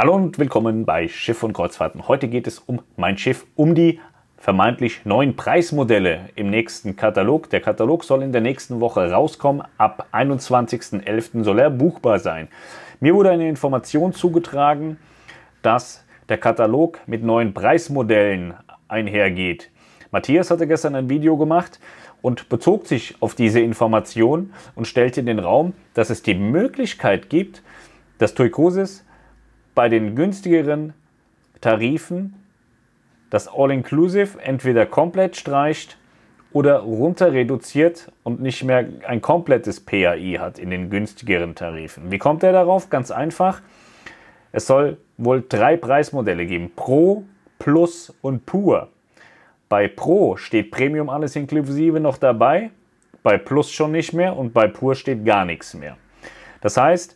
Hallo und willkommen bei Schiff und Kreuzfahrten. Heute geht es um mein Schiff, um die vermeintlich neuen Preismodelle im nächsten Katalog. Der Katalog soll in der nächsten Woche rauskommen. Ab 21.11. soll er buchbar sein. Mir wurde eine Information zugetragen, dass der Katalog mit neuen Preismodellen einhergeht. Matthias hatte gestern ein Video gemacht und bezog sich auf diese Information und stellte in den Raum, dass es die Möglichkeit gibt, dass TUI Cruises bei den günstigeren Tarifen das All-Inclusive entweder komplett streicht oder runter reduziert und nicht mehr ein komplettes PAI hat in den günstigeren Tarifen. Wie kommt er darauf? Ganz einfach. Es soll wohl 3 Preismodelle geben. Pro, Plus und Pur. Bei Pro steht Premium alles inklusive noch dabei, bei Plus schon nicht mehr und bei Pur steht gar nichts mehr. Das heißt,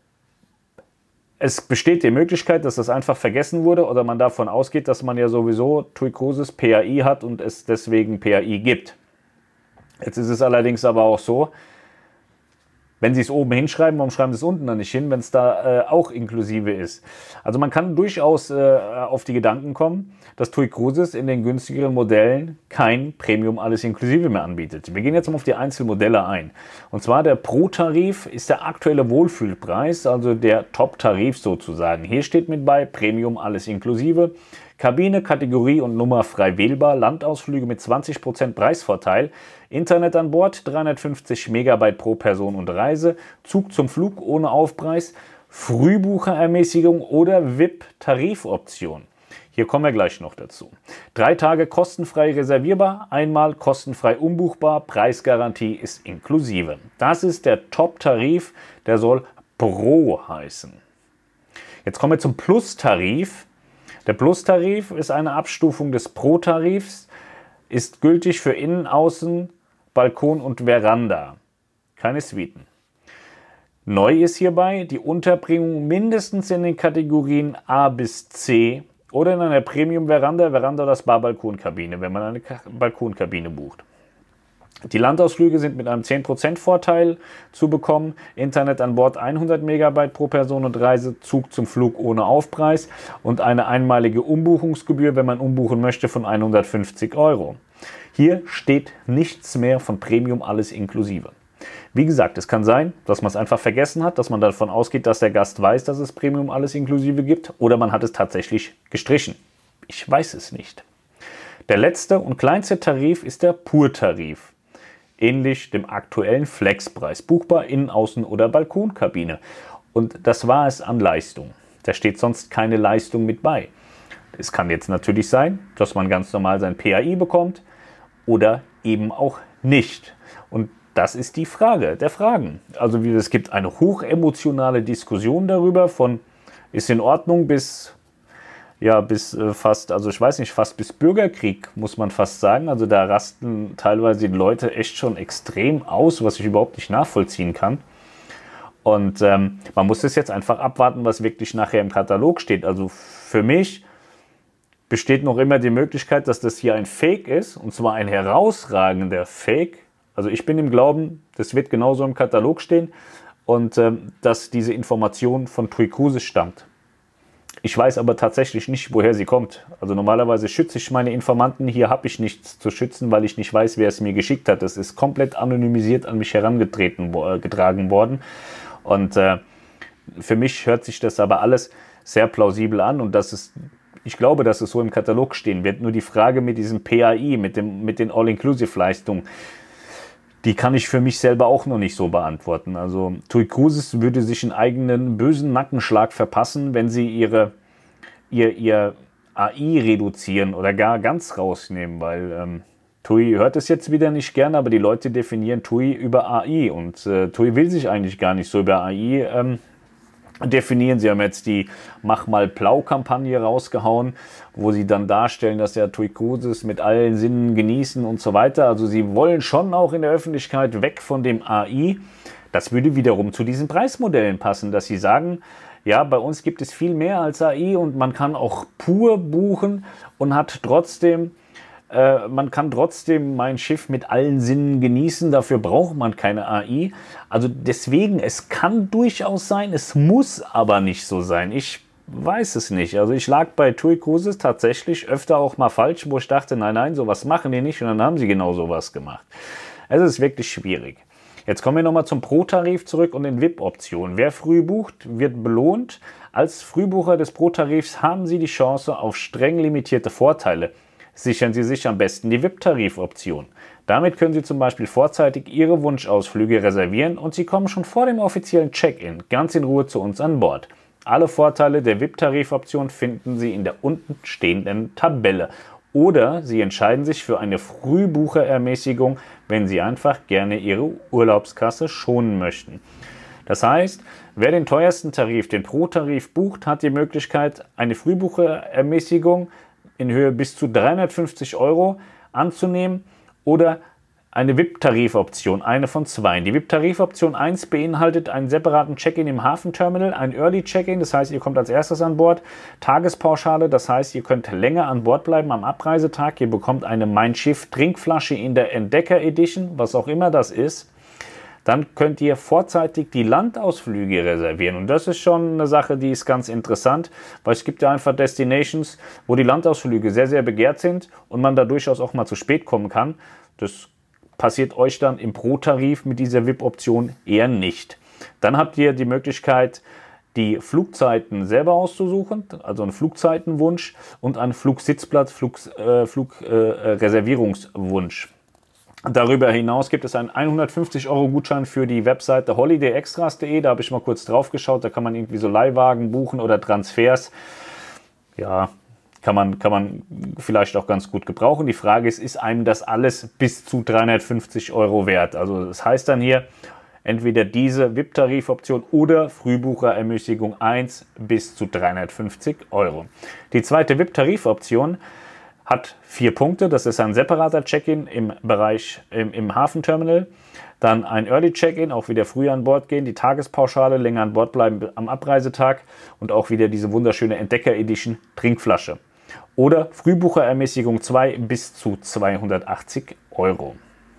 es besteht die Möglichkeit, dass das einfach vergessen wurde oder man davon ausgeht, dass man ja sowieso TUI Cruises PAI hat und es deswegen PAI gibt. Jetzt ist es allerdings aber auch so, wenn Sie es oben hinschreiben, warum schreiben Sie es unten dann nicht hin, wenn es da auch inklusive ist? Also man kann durchaus auf die Gedanken kommen, dass TUI Cruises in den günstigeren Modellen kein Premium alles inklusive mehr anbietet. Wir gehen jetzt mal auf die Einzelmodelle ein. Und zwar der Pro-Tarif ist der aktuelle Wohlfühlpreis, also der Top-Tarif sozusagen. Hier steht mit bei Premium alles inklusive. Kabine, Kategorie und Nummer frei wählbar, Landausflüge mit 20% Preisvorteil, Internet an Bord, 350 Megabyte pro Person und Reise, Zug zum Flug ohne Aufpreis, Frühbucherermäßigung oder VIP-Tarifoption. Hier kommen wir gleich noch dazu. 3 Tage kostenfrei reservierbar, einmal kostenfrei umbuchbar, Preisgarantie ist inklusive. Das ist der Top-Tarif, der soll Pro heißen. Jetzt kommen wir zum Plus-Tarif. Der Plus-Tarif ist eine Abstufung des Pro-Tarifs, ist gültig für Innen-, Außen-, Balkon und Veranda. Keine Suiten. Neu ist hierbei die Unterbringung mindestens in den Kategorien A bis C oder in einer Premium-Veranda, Veranda oder Spa-Balkonkabine, wenn man eine Balkonkabine bucht. Die Landausflüge sind mit einem 10% Vorteil zu bekommen. Internet an Bord 100 Megabyte pro Person und Reise, Zug zum Flug ohne Aufpreis und eine einmalige Umbuchungsgebühr, wenn man umbuchen möchte, von 150 Euro. Hier steht nichts mehr von Premium alles inklusive. Wie gesagt, es kann sein, dass man es einfach vergessen hat, dass man davon ausgeht, dass der Gast weiß, dass es Premium alles inklusive gibt, oder man hat es tatsächlich gestrichen. Ich weiß es nicht. Der letzte und kleinste Tarif ist der Pur-Tarif. Ähnlich dem aktuellen Flexpreis, buchbar Innen-, Außen- oder Balkonkabine. Und das war es an Leistung. Da steht sonst keine Leistung mit bei. Es kann jetzt natürlich sein, dass man ganz normal sein PAI bekommt oder eben auch nicht. Und das ist die Frage der Fragen. Also es gibt eine hochemotionale Diskussion darüber von ist in Ordnung bis fast, also ich weiß nicht, fast bis Bürgerkrieg, muss man fast sagen. Also da rasten teilweise die Leute echt schon extrem aus, was ich überhaupt nicht nachvollziehen kann. Und man muss es jetzt einfach abwarten, was wirklich nachher im Katalog steht. Also für mich besteht noch immer die Möglichkeit, dass das hier ein Fake ist, und zwar ein herausragender Fake. Also ich bin im Glauben, das wird genauso im Katalog stehen und dass diese Information von TUI Cruises stammt. Ich weiß aber tatsächlich nicht, woher sie kommt. Also normalerweise schütze ich meine Informanten. Hier habe ich nichts zu schützen, weil ich nicht weiß, wer es mir geschickt hat. Das ist komplett anonymisiert an mich herangetragen worden. Und für mich hört sich das aber alles sehr plausibel an. Und ich glaube, dass es so im Katalog stehen wird. Nur die Frage mit diesem PAI, mit den All-Inclusive-Leistungen, die kann ich für mich selber auch noch nicht so beantworten. Also TUI Cruises würde sich einen eigenen bösen Nackenschlag verpassen, wenn sie ihr AI reduzieren oder gar ganz rausnehmen, weil TUI hört es jetzt wieder nicht gern, aber die Leute definieren TUI über AI und TUI will sich eigentlich gar nicht so über AI definieren. Sie haben jetzt die Mach mal Plau-Kampagne rausgehauen, wo sie dann darstellen, dass ja TUI Cruises mit allen Sinnen genießen und so weiter. Also sie wollen schon auch in der Öffentlichkeit weg von dem AI. Das würde wiederum zu diesen Preismodellen passen, dass sie sagen, ja, bei uns gibt es viel mehr als AI und man kann auch pur buchen und hat trotzdem man kann trotzdem mein Schiff mit allen Sinnen genießen, dafür braucht man keine AI. Also deswegen, es kann durchaus sein, es muss aber nicht so sein. Ich weiß es nicht. Also ich lag bei TUI Cruises tatsächlich öfter auch mal falsch, wo ich dachte, nein, sowas machen die nicht, und dann haben sie genau sowas gemacht. Es ist wirklich schwierig. Jetzt kommen wir nochmal zum Pro-Tarif zurück und den VIP-Optionen. Wer früh bucht, wird belohnt. Als Frühbucher des Pro-Tarifs haben Sie die Chance auf streng limitierte Vorteile. Sichern Sie sich am besten die VIP-Tarif-Option. Damit können Sie zum Beispiel vorzeitig Ihre Wunschausflüge reservieren und Sie kommen schon vor dem offiziellen Check-in ganz in Ruhe zu uns an Bord. Alle Vorteile der VIP-Tarifoption finden Sie in der unten stehenden Tabelle. Oder Sie entscheiden sich für eine Frühbucherermäßigung, wenn Sie einfach gerne Ihre Urlaubskasse schonen möchten. Das heißt, wer den teuersten Tarif, den Pro-Tarif, bucht, hat die Möglichkeit, eine Frühbucherermäßigung in Höhe bis zu 350 € anzunehmen oder eine VIP-Tarifoption, eine von zwei. Die VIP-Tarifoption 1 beinhaltet einen separaten Check-in im Hafenterminal, ein Early Check-in, das heißt, ihr kommt als erstes an Bord, Tagespauschale, das heißt, ihr könnt länger an Bord bleiben am Abreisetag, ihr bekommt eine Mein Schiff Trinkflasche in der Entdecker Edition, was auch immer das ist. Dann könnt ihr vorzeitig die Landausflüge reservieren. Und das ist schon eine Sache, die ist ganz interessant, weil es gibt ja einfach Destinations, wo die Landausflüge sehr, sehr begehrt sind und man da durchaus auch mal zu spät kommen kann. Das passiert euch dann im Pro-Tarif mit dieser VIP-Option eher nicht. Dann habt ihr die Möglichkeit, die Flugzeiten selber auszusuchen, also einen Flugzeitenwunsch und einen Flugsitzplatz, Flugreservierungswunsch. Darüber hinaus gibt es einen 150 € Gutschein für die Webseite holidayextras.de. Da habe ich mal kurz drauf geschaut. Da kann man irgendwie so Leihwagen buchen oder Transfers. Ja, kann man vielleicht auch ganz gut gebrauchen. Die Frage ist einem das alles bis zu 350 € wert? Also das heißt dann hier entweder diese VIP-Tarifoption oder Frühbucherermäßigung 1 bis zu 350 €. Die zweite VIP-Tarifoption hat 4 Punkte. Das ist ein separater Check-in im Bereich im Hafenterminal. Dann ein Early Check-in, auch wieder früher an Bord gehen, die Tagespauschale, länger an Bord bleiben am Abreisetag und auch wieder diese wunderschöne Entdecker Edition Trinkflasche. Oder Frühbucherermäßigung 2 bis zu 280 €.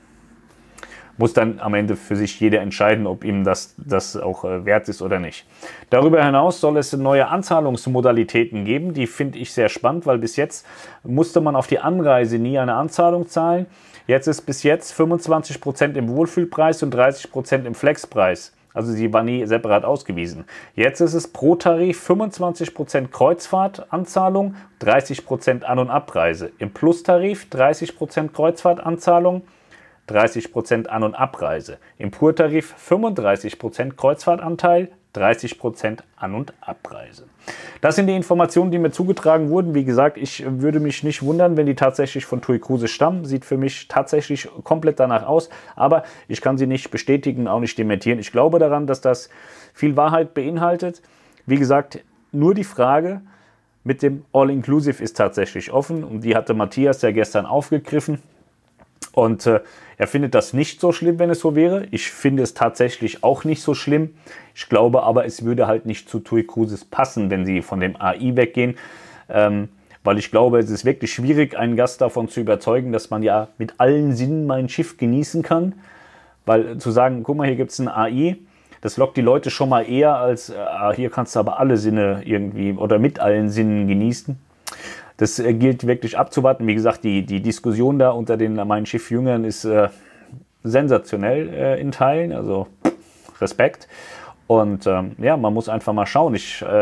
Muss dann am Ende für sich jeder entscheiden, ob ihm das auch wert ist oder nicht. Darüber hinaus soll es neue Anzahlungsmodalitäten geben. Die finde ich sehr spannend, weil bis jetzt musste man auf die Anreise nie eine Anzahlung zahlen. Jetzt ist bis jetzt 25% im Wohlfühlpreis und 30% im Flexpreis. Also sie war nie separat ausgewiesen. Jetzt ist es pro Tarif 25% Kreuzfahrtanzahlung, 30% An- und Abreise. Im Plus-Tarif 30% Kreuzfahrtanzahlung, 30% An- und Abreise. Im Pur-Tarif 35% Kreuzfahrtanteil, 30% An- und Abreise. Das sind die Informationen, die mir zugetragen wurden. Wie gesagt, ich würde mich nicht wundern, wenn die tatsächlich von TUI Cruises stammen. Sieht für mich tatsächlich komplett danach aus. Aber ich kann sie nicht bestätigen, auch nicht dementieren. Ich glaube daran, dass das viel Wahrheit beinhaltet. Wie gesagt, nur die Frage mit dem All-Inclusive ist tatsächlich offen. Und die hatte Matthias ja gestern aufgegriffen. Und er findet das nicht so schlimm, wenn es so wäre. Ich finde es tatsächlich auch nicht so schlimm. Ich glaube aber, es würde halt nicht zu TUI Cruises passen, wenn sie von dem AI weggehen. Weil ich glaube, es ist wirklich schwierig, einen Gast davon zu überzeugen, dass man ja mit allen Sinnen mein Schiff genießen kann. Weil zu sagen, guck mal, hier gibt es ein AI, das lockt die Leute schon mal eher als, hier kannst du aber alle Sinne irgendwie oder mit allen Sinnen genießen. Das gilt wirklich abzuwarten. Wie gesagt, die Diskussion da unter den Mein Schiff-Jüngern ist sensationell in Teilen, also Respekt. Und ja, man muss einfach mal schauen.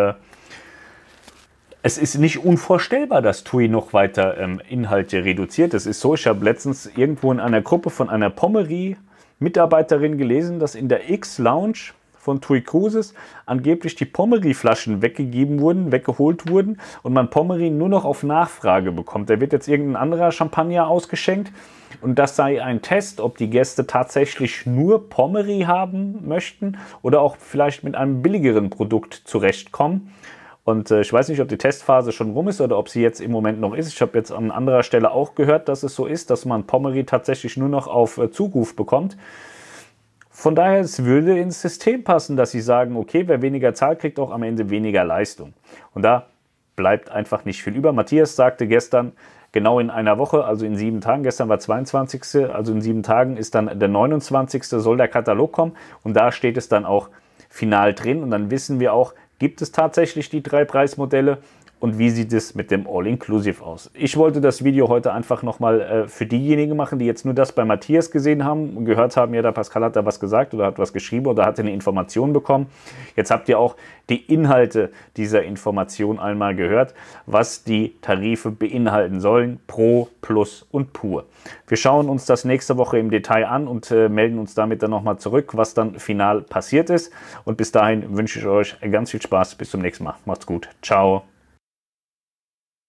Es ist nicht unvorstellbar, dass TUI noch weiter Inhalte reduziert. Es ist so, ich habe letztens irgendwo in einer Gruppe von einer Pommery-Mitarbeiterin gelesen, dass in der X-Lounge von TUI Cruises angeblich die Pommery-Flaschen weggeholt wurden und man Pommery nur noch auf Nachfrage bekommt. Da wird jetzt irgendein anderer Champagner ausgeschenkt und das sei ein Test, ob die Gäste tatsächlich nur Pommery haben möchten oder auch vielleicht mit einem billigeren Produkt zurechtkommen. Und ich weiß nicht, ob die Testphase schon rum ist oder ob sie jetzt im Moment noch ist. Ich habe jetzt an anderer Stelle auch gehört, dass es so ist, dass man Pommery tatsächlich nur noch auf Zuruf bekommt. Von daher, es würde ins System passen, dass sie sagen, okay, wer weniger zahlt, kriegt auch am Ende weniger Leistung. Und da bleibt einfach nicht viel über. Matthias sagte gestern, genau in einer Woche, also in 7 Tagen, gestern war 22., also in 7 Tagen ist dann der 29., soll der Katalog kommen und da steht es dann auch final drin und dann wissen wir auch, Gibt es tatsächlich die 3 Preismodelle? Und wie sieht es mit dem All-Inclusive aus? Ich wollte das Video heute einfach nochmal für diejenigen machen, die jetzt nur das bei Matthias gesehen haben und gehört haben, ja, der Pascal hat da was gesagt oder hat was geschrieben oder hat eine Information bekommen. Jetzt habt ihr auch die Inhalte dieser Information einmal gehört, was die Tarife beinhalten sollen, Pro, Plus und Pur. Wir schauen uns das nächste Woche im Detail an und melden uns damit dann nochmal zurück, was dann final passiert ist. Und bis dahin wünsche ich euch ganz viel Spaß. Bis zum nächsten Mal. Macht's gut. Ciao.